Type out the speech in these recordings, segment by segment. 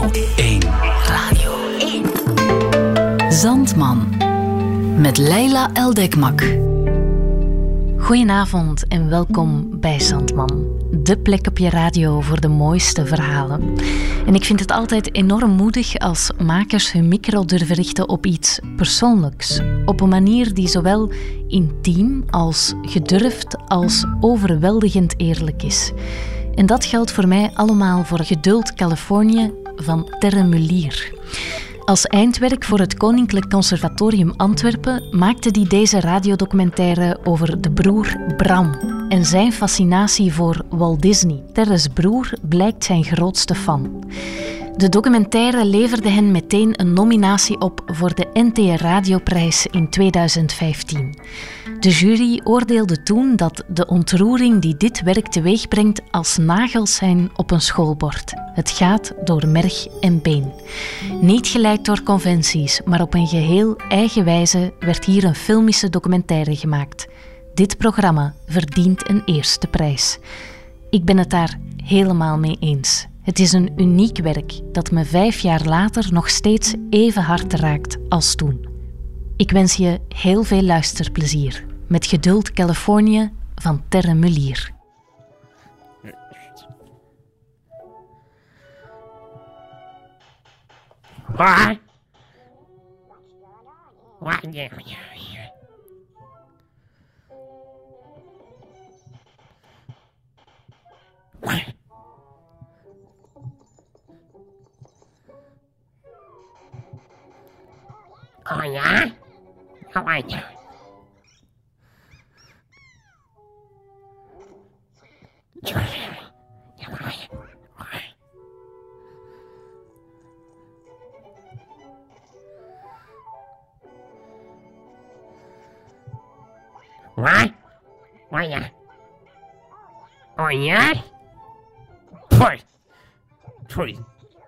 1. Radio 1. Zandman. Met Leila Eldekmak. Goedenavond en welkom bij Zandman. De plek op je radio voor de mooiste verhalen. En ik vind het altijd enorm moedig als makers hun micro durven richten op iets persoonlijks. Op een manier die zowel intiem als gedurfd als overweldigend eerlijk is. En dat geldt voor mij allemaal voor Geduld Californië van Terre Mulier. Als eindwerk voor het Koninklijk Conservatorium Antwerpen maakte hij deze radiodocumentaire over de broer Bram en zijn fascinatie voor Walt Disney. Terre's broer blijkt zijn grootste fan. De documentaire leverde hen meteen een nominatie op voor de NTR Radioprijs in 2015. De jury oordeelde toen dat de ontroering die dit werk teweegbrengt als nagels zijn op een schoolbord. Het gaat door merg en been. Niet geleid door conventies, maar op een geheel eigen wijze werd hier een filmische documentaire gemaakt. Dit programma verdient een eerste prijs. Ik ben het daar helemaal mee eens. Het is een uniek werk dat me 5 jaar later nog steeds even hard raakt als toen. Ik wens je heel veel luisterplezier met Geduld Californië van Terre Mulier. What? Oh yeah? How are you? What? Oh yeah? Oh yeah? Push! Push!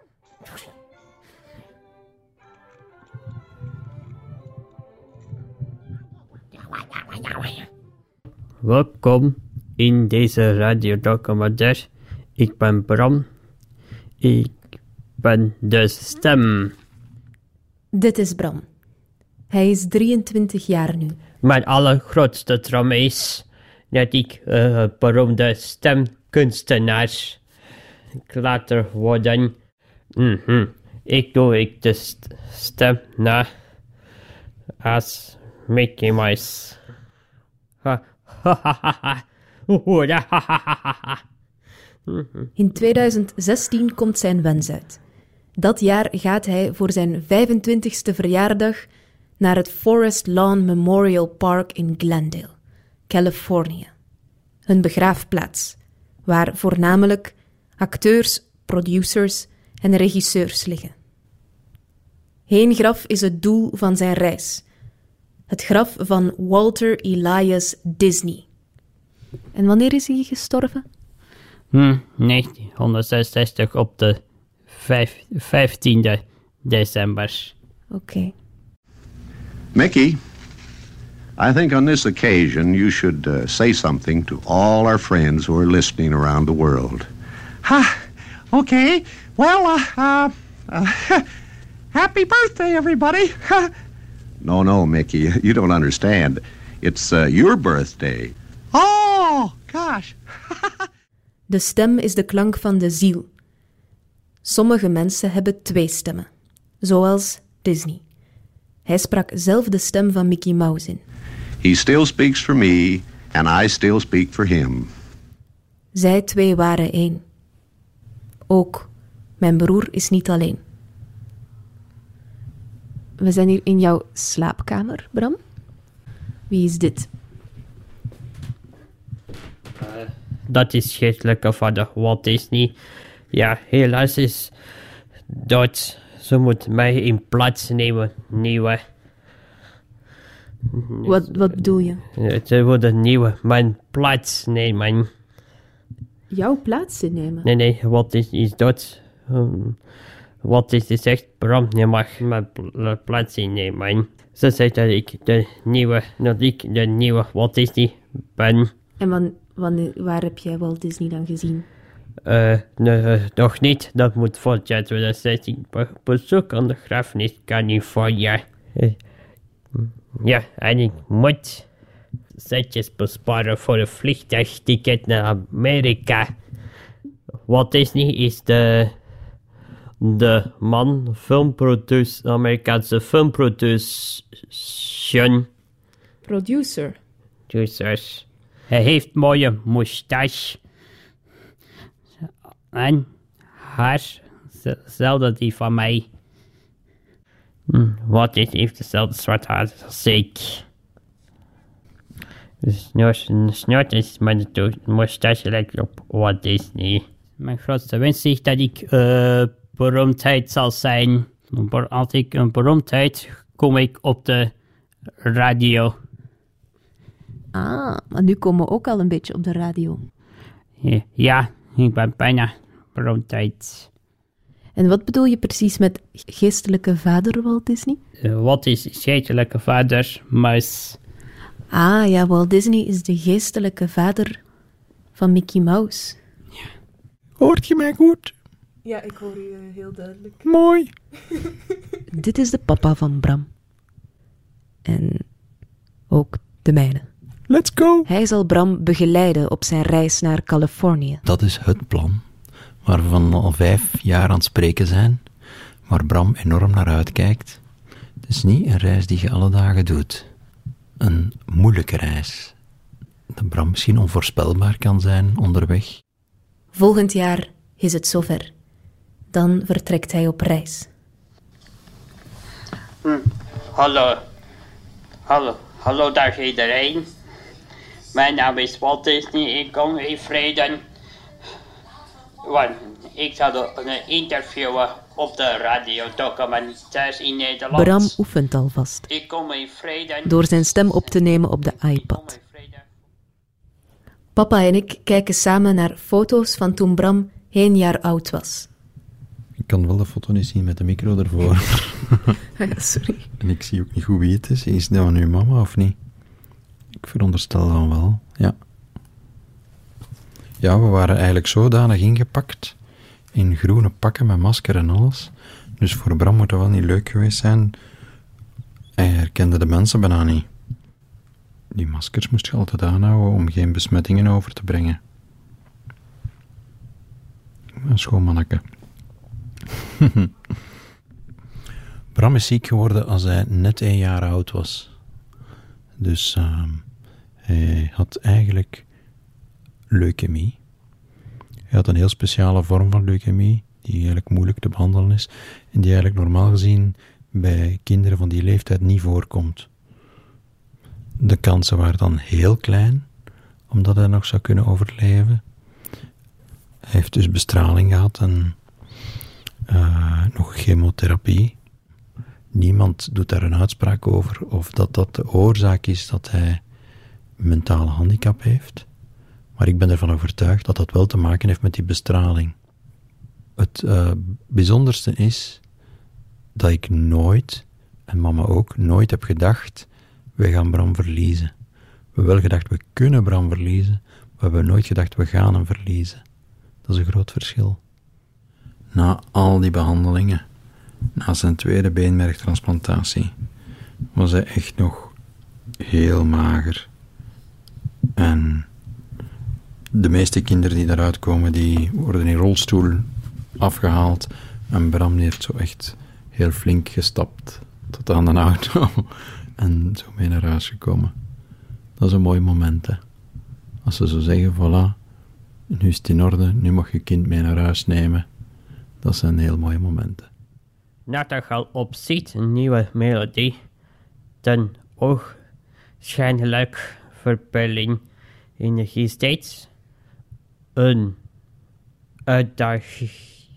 Welkom in deze radiodocumentaire. Ik ben Bram. Ik ben de stem. Dit is Bram. Hij is 23 jaar nu. Mijn allergrootste droom is dat ik beroemde stemkunstenaar later worden. Ik doe de stem na als Mickey Mouse. In 2016 komt zijn wens uit. Dat jaar gaat hij voor zijn 25e verjaardag naar het Forest Lawn Memorial Park in Glendale, Californië. Hun begraafplaats, waar voornamelijk acteurs, producers en regisseurs liggen. Heengraf is het doel van zijn reis. Het graf van Walter Elias Disney. En wanneer is hij gestorven? 1966 op de 15e december. Oké. Mickey, I think on this occasion you should say something to all our friends who are listening around the world. Okay. Well, happy birthday, everybody. No, Mickey, you don't understand. It's your birthday. Oh, gosh. De stem is de klank van de ziel. Sommige mensen hebben 2 stemmen, zoals Disney. Hij sprak zelf de stem van Mickey Mouse in. He still speaks for me, and I still speak for him. Zij 2 waren 1. Ook, mijn broer is niet alleen. We zijn hier in jouw slaapkamer, Bram. Wie is dit? Dat is schrikkelijke vader Walt Disney. Ja, helaas is dood. Ze moet mij in plaats nemen, nieuwe. Wat bedoel je? Ze worden nieuwe, mijn plaats nemen. Jouw plaats innemen? Nee, Walt Disney is dood. Walt Disney zegt, Bram, je mag mijn plaats innemen. Ze zegt dat ik de nieuwe Walt Disney ben. En waar heb jij Walt Disney dan gezien? Nog niet. Dat moet volgend jaar 2016 bezoek aan de begrafenis Californië. Ja, en ik moet centjes besparen voor een vliegtuigticket naar Amerika. Walt Disney is de man, Amerikaanse filmproduction. Producers. Hij heeft mooie moustache. En haar, hetzelfde die van mij. Walt Disney heeft hetzelfde zwart haar als ik. Snort is mijn moustache lijkt op Walt Disney. Mijn grootste wens is dat ik beroemdheid zal zijn. Als ik een beroemdheid kom ik op de radio. Ah, maar nu komen we ook al een beetje op de radio. Ja, ik ben bijna beroemdheid. En wat bedoel je precies met geestelijke vader Walt Disney? Wat is geestelijke vader, maar... Ah ja, Walt Disney is de geestelijke vader van Mickey Mouse. Hoort je mij goed? Ja, ik hoor u heel duidelijk. Mooi. Dit is de papa van Bram. En ook de mijne. Let's go. Hij zal Bram begeleiden op zijn reis naar Californië. Dat is het plan, waar we van al 5 jaar aan het spreken zijn, waar Bram enorm naar uitkijkt. Het is niet een reis die je alle dagen doet. Een moeilijke reis. Dat Bram misschien onvoorspelbaar kan zijn onderweg. Volgend jaar is het zover. Dan vertrekt hij op reis. Hallo dag iedereen. Mijn naam is Walt Disney, ik kom in vrede. Want ik zal een interviewen op de radiodocumentaires in Nederland. Bram oefent alvast. Ik kom in vrede. Door zijn stem op te nemen op de iPad. Papa en ik kijken samen naar foto's van toen Bram 1 jaar oud was. Ik kan wel de foto niet zien met de micro ervoor. Sorry. En ik zie ook niet goed wie het is. Is dat van uw mama of niet? Ik veronderstel dan wel, ja. Ja, we waren eigenlijk zodanig ingepakt in groene pakken met masker en alles. Dus voor Bram moet dat wel niet leuk geweest zijn. Hij herkende de mensen bijna niet. Die maskers moest je altijd aanhouden om geen besmettingen over te brengen. Een schoon manneke. Bram is ziek geworden als hij net 1 jaar oud was. Dus hij had eigenlijk leukemie. Hij had een heel speciale vorm van leukemie, die eigenlijk moeilijk te behandelen is, en die eigenlijk normaal gezien bij kinderen van die leeftijd niet voorkomt. De kansen waren dan heel klein, omdat hij nog zou kunnen overleven. Hij heeft dus bestraling gehad en nog chemotherapie. Niemand doet daar een uitspraak over of dat de oorzaak is dat hij een mentale handicap heeft. Maar ik ben ervan overtuigd dat dat wel te maken heeft met die bestraling. Het bijzonderste is dat ik nooit, en mama ook, nooit heb gedacht, we gaan Bram verliezen. We hebben wel gedacht, we kunnen Bram verliezen, maar we hebben nooit gedacht, we gaan hem verliezen. Dat is een groot verschil. Na al die behandelingen, na zijn tweede beenmergtransplantatie, was hij echt nog heel mager. En de meeste kinderen die daaruit komen, die worden in rolstoel afgehaald. En Bram heeft zo echt heel flink gestapt tot aan de auto en zo mee naar huis gekomen. Dat is een mooi moment, hè. Als ze zo zeggen, voilà, nu is het in orde, nu mag je kind mee naar huis nemen. Dat zijn heel mooie momenten. Nachtegaal opziet een nieuwe melodie. Dan oogschijnlijk verbeelding energie steeds een uitdaging.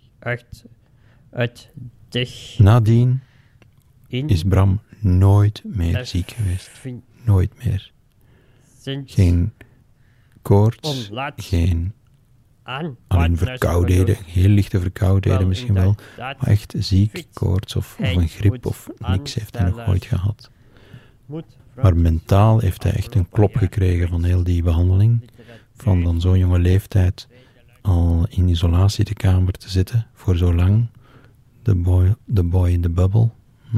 Nadien is Bram nooit meer ziek geweest. Nooit meer. Geen koorts, geen alleen verkoudheden, heel lichte verkoudheden misschien wel, maar echt ziek, koorts of een griep of niks heeft hij nog ooit gehad. Maar mentaal heeft hij echt een klop gekregen van heel die behandeling, van dan zo'n jonge leeftijd al in isolatie de kamer te zitten voor zo lang. The Boy in the Bubble.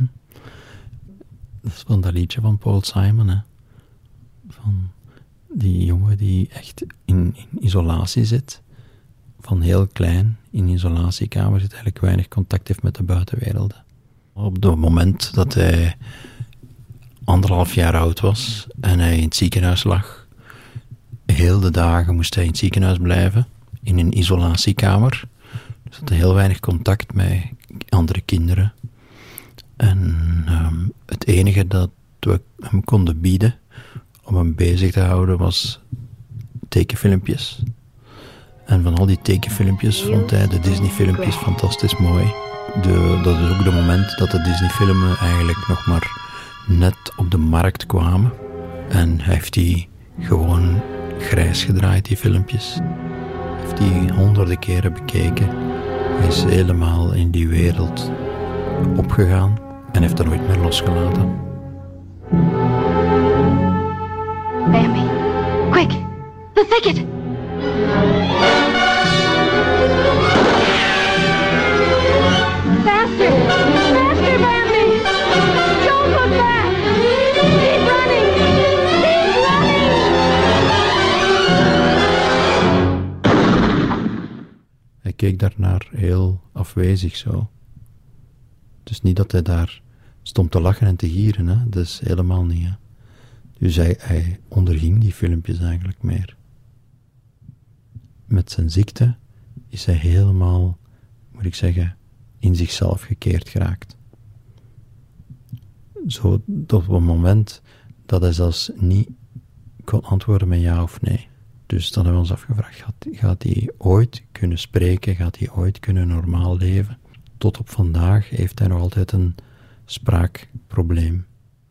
Dat is van dat liedje van Paul Simon, hè. Van die jongen die echt in isolatie zit. Van heel klein in isolatiekamer zit, eigenlijk weinig contact heeft met de buitenwereld. Op het moment dat hij 1,5 jaar oud was en hij in het ziekenhuis lag, heel de dagen moest hij in het ziekenhuis blijven, in een isolatiekamer. Dus had hij heel weinig contact met andere kinderen. En het enige dat we hem konden bieden om hem bezig te houden was tekenfilmpjes. En van al die tekenfilmpjes vond hij de Disney-filmpjes fantastisch mooi. Dat is ook het moment dat de Disney-filmen eigenlijk nog maar net op de markt kwamen. En hij heeft die gewoon grijs gedraaid, die filmpjes. Hij heeft die honderden keren bekeken. Hij is helemaal in die wereld opgegaan en heeft er nooit meer losgelaten. Bambi, quick, the thicket! Faster! Faster, Bambi! Don't look back! Keep running! Keep running! Hij keek daarnaar heel afwezig zo. Het is niet dat hij daar stond te lachen en te gieren, hè? Dat is helemaal niet, hè? Dus hij onderging die filmpjes eigenlijk meer. Met zijn ziekte is hij helemaal, moet ik zeggen, in zichzelf gekeerd geraakt. Zo tot op het moment dat hij zelfs niet kon antwoorden met ja of nee. Dus dan hebben we ons afgevraagd, gaat hij ooit kunnen spreken, gaat hij ooit kunnen normaal leven? Tot op vandaag heeft hij nog altijd een spraakprobleem.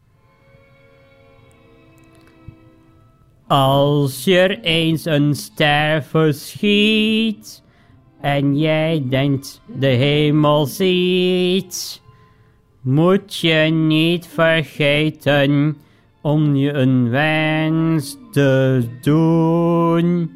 Als je eens een ster verschiet en jij denkt de hemel ziet, moet je niet vergeten om je een wens te doen.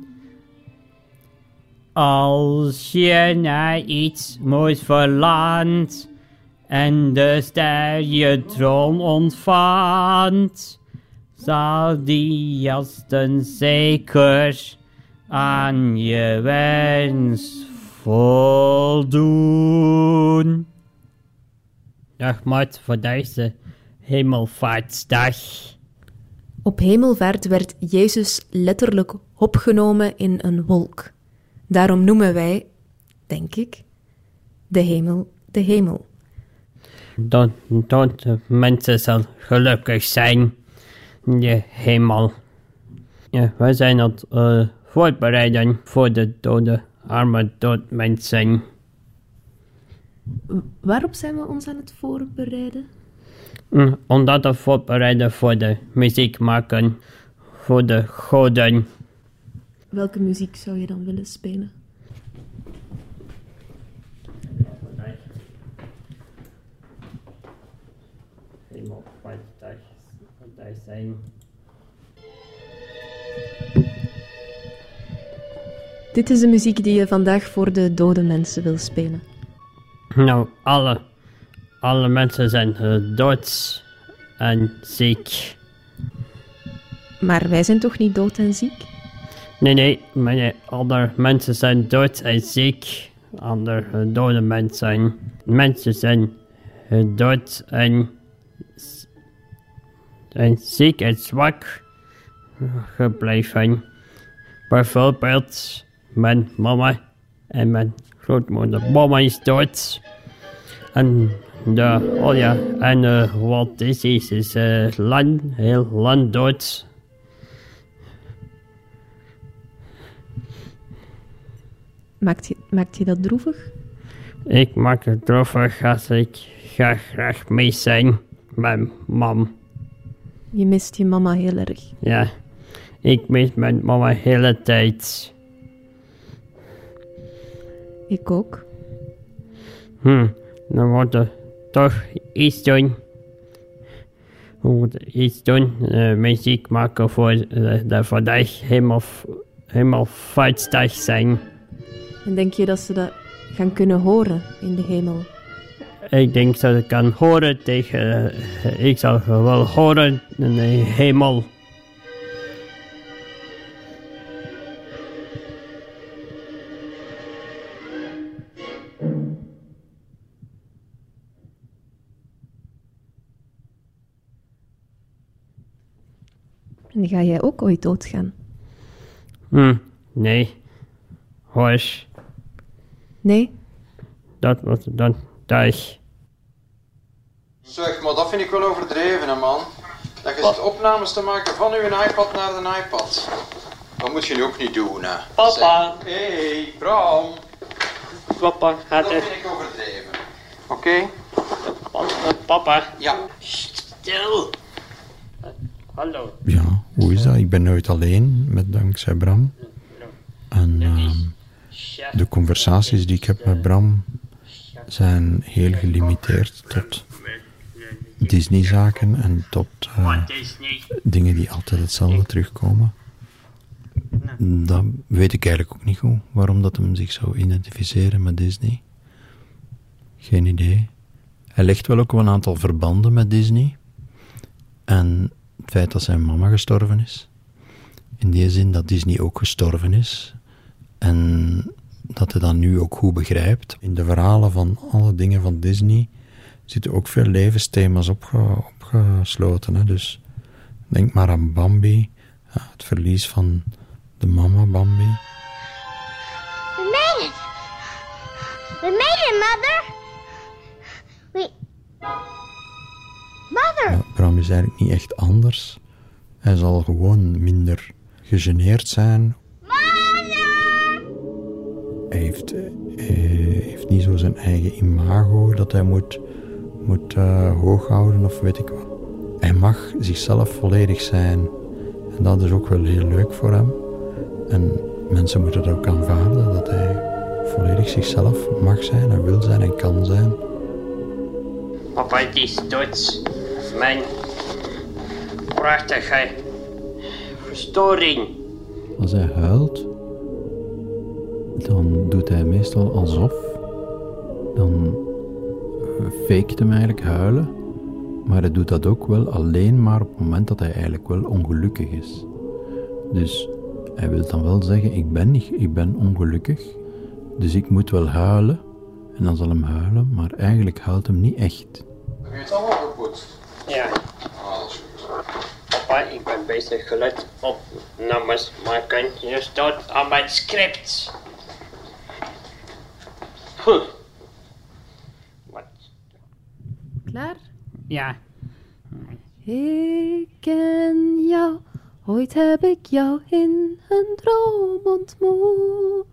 Als je naar iets moois verlangt en de ster je droom ontvangt, zal die jasten zeker aan je wens voldoen. Dag Mart voor deze hemelvaartsdag. Op hemelvaart werd Jezus letterlijk opgenomen in een wolk. Daarom noemen wij, denk ik, de hemel de hemel. Dat de mensen zal gelukkig zijn. De hemel. Ja, wij zijn het voorbereiden voor de dode, arme doodmensen. Waarop zijn we ons aan het voorbereiden? Omdat we voorbereiden voor de muziek maken, voor de goden. Welke muziek zou je dan willen spelen? Dit is de muziek die je vandaag voor de dode mensen wil spelen. Nou, alle mensen zijn dood en ziek. Maar wij zijn toch niet dood en ziek? Nee, andere mensen zijn dood en ziek. Andere dode mensen. Mensen zijn dood en ziek en zwak gebleven. Bijvoorbeeld mijn mama en mijn grootmoeder. Mama is dood. En Walt Disney is heel lang dood. Maakt je dat droevig? Ik maak het droevig als ik ga graag mee zijn met mam. Je mist je mama heel erg. Ja, ik mis mijn mama de hele tijd. Ik ook. Dan moeten we toch iets doen. We moeten iets doen, muziek maken voor de vandaag hemelvaartsdag zijn. En denk je dat ze dat gaan kunnen horen in de hemel? Ik denk dat ik kan horen tegen... ik zal wel horen in de hemel. En ga jij ook ooit doodgaan? Nee. Hoor. Nee? Dat was dan thuis. Zeg, maar dat vind ik wel overdreven, hè, man. Dat je zit opnames te maken van uw iPad naar de iPad. Dat moet je nu ook niet doen, hè. Papa. Hey, Bram. Papa, Dat vind ik overdreven. Oké? Papa. Ja. Stil. Hallo. Ja, hoe is dat? Ik ben nooit alleen, met dankzij Bram. En de conversaties die ik heb met Bram zijn heel gelimiteerd tot Disney-zaken en tot dingen die altijd hetzelfde terugkomen. Dat weet ik eigenlijk ook niet goed, waarom dat hem zich zou identificeren met Disney. Geen idee. Hij legt wel ook een aantal verbanden met Disney. En het feit dat zijn mama gestorven is. In die zin dat Disney ook gestorven is. En dat hij dat nu ook goed begrijpt. In de verhalen van alle dingen van Disney zitten ook veel levensthema's opgesloten. Hè? Dus denk maar aan Bambi. Ja, het verlies van de mama Bambi. We made it! We made it, Mother! Mother! Ja, Bram is eigenlijk niet echt anders. Hij zal gewoon minder gegeneerd zijn. Hij heeft niet zo zijn eigen imago dat hij moet hoog houden of weet ik wat. Hij mag zichzelf volledig zijn. En dat is ook wel heel leuk voor hem. En mensen moeten dat ook aanvaarden, dat hij volledig zichzelf mag zijn en wil zijn en kan zijn. Papa, het is dood. Mijn prachtige verstoring. Als hij huilt, dan doet hij meestal alsof. Dan faked hem eigenlijk huilen. Maar hij doet dat ook wel alleen maar op het moment dat hij eigenlijk wel ongelukkig is. Dus hij wil dan wel zeggen, ik ben ongelukkig. Dus ik moet wel huilen. En dan zal hem huilen, maar eigenlijk huilt hem niet echt. Heb je het allemaal gepoetst? Ja. Dat is goed. Papa, ik ben bezig geluid opnames maken. Je staat aan mijn script. Wat? Klaar? Ja. Ik ken jou, ooit heb ik jou in een droom ontmoet.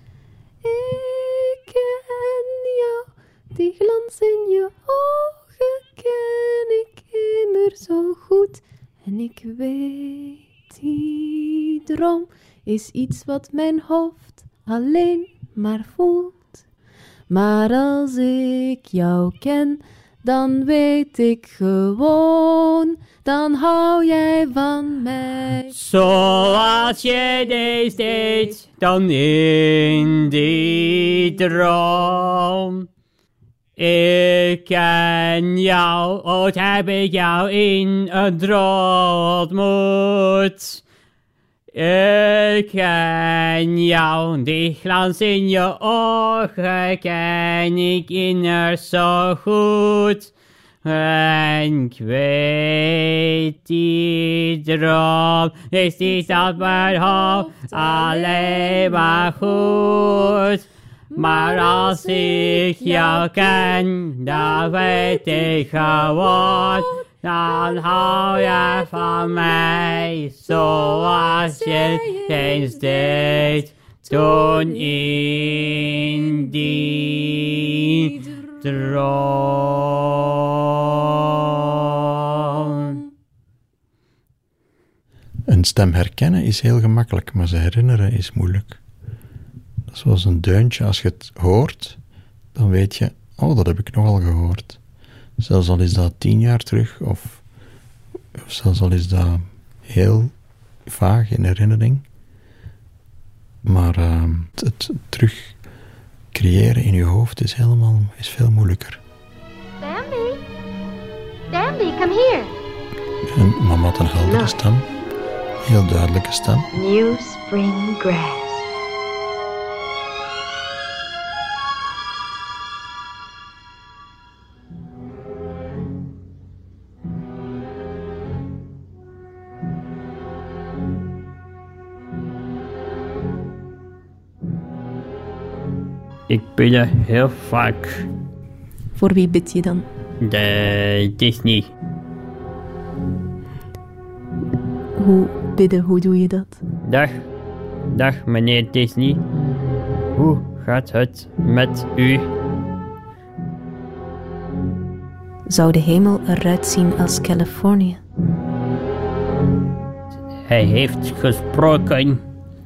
Ik ken jou, die glans in je ogen ken ik immer zo goed. En ik weet, die droom is iets wat mijn hoofd alleen maar voelt. Maar als ik jou ken, dan weet ik gewoon, dan hou jij van mij. Zoals je deze deed, dan in die droom. Ik ken jou, ooit heb ik jou in een droom ontmoet. Ik ken jou, die glans in je ogen ken ik immers zo goed. En ik weet, die droom is niet dat mijn hoofd alleen maar goed. Maar als ik jou ken, dan weet ik gewoon, dan hou je van mij, zoals je eens deed, toen in die droom. Een stem herkennen is heel gemakkelijk, maar ze herinneren is moeilijk. Dat is zoals een deuntje, als je het hoort, dan weet je, oh, dat heb ik nogal gehoord. Zelfs al is dat 10 jaar terug, of zelfs al is dat heel vaag in herinnering. Maar het terug creëren in je hoofd is veel moeilijker. Bambi? Bambi, come here. En mama had een heldere stem. Heel duidelijke stem. New spring grass. Ik bidde heel vaak Voor wie bid je dan? de Disney. Hoe doe je dat? Dag meneer Disney. Hoe gaat het met u? Zou de hemel eruit zien als Californië? Hij heeft gesproken.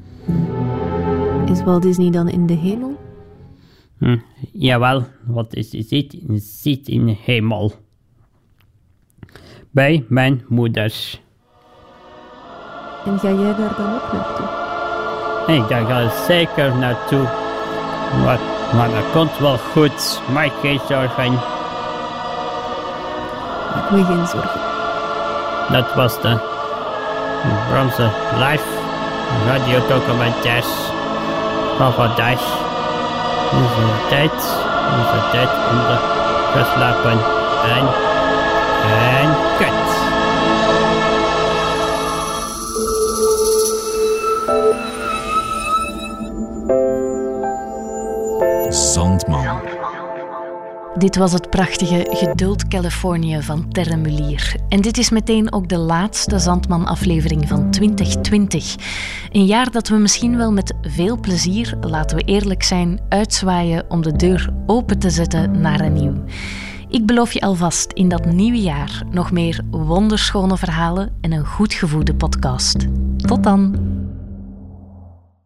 Is Walt Disney dan in de hemel? Jawel, wat is zit in de hemel. Bij mijn moeders. En ga jij daar dan ook naartoe? Ik ga er zeker naartoe. Maar dat komt wel goed. Maak geen zorgen. Maak me geen zorgen. Dat was de Bramse live radiodocumentaires van vandaag. Onze tijd om te geslapen en kut. Zandman. Dit was het prachtige Geduld Californië van Terre Mulier. En dit is meteen ook de laatste Zandman-aflevering van 2020. Een jaar dat we misschien wel met veel plezier, laten we eerlijk zijn, uitzwaaien om de deur open te zetten naar een nieuw. Ik beloof je alvast in dat nieuwe jaar nog meer wonderschone verhalen en een goed gevoede podcast. Tot dan!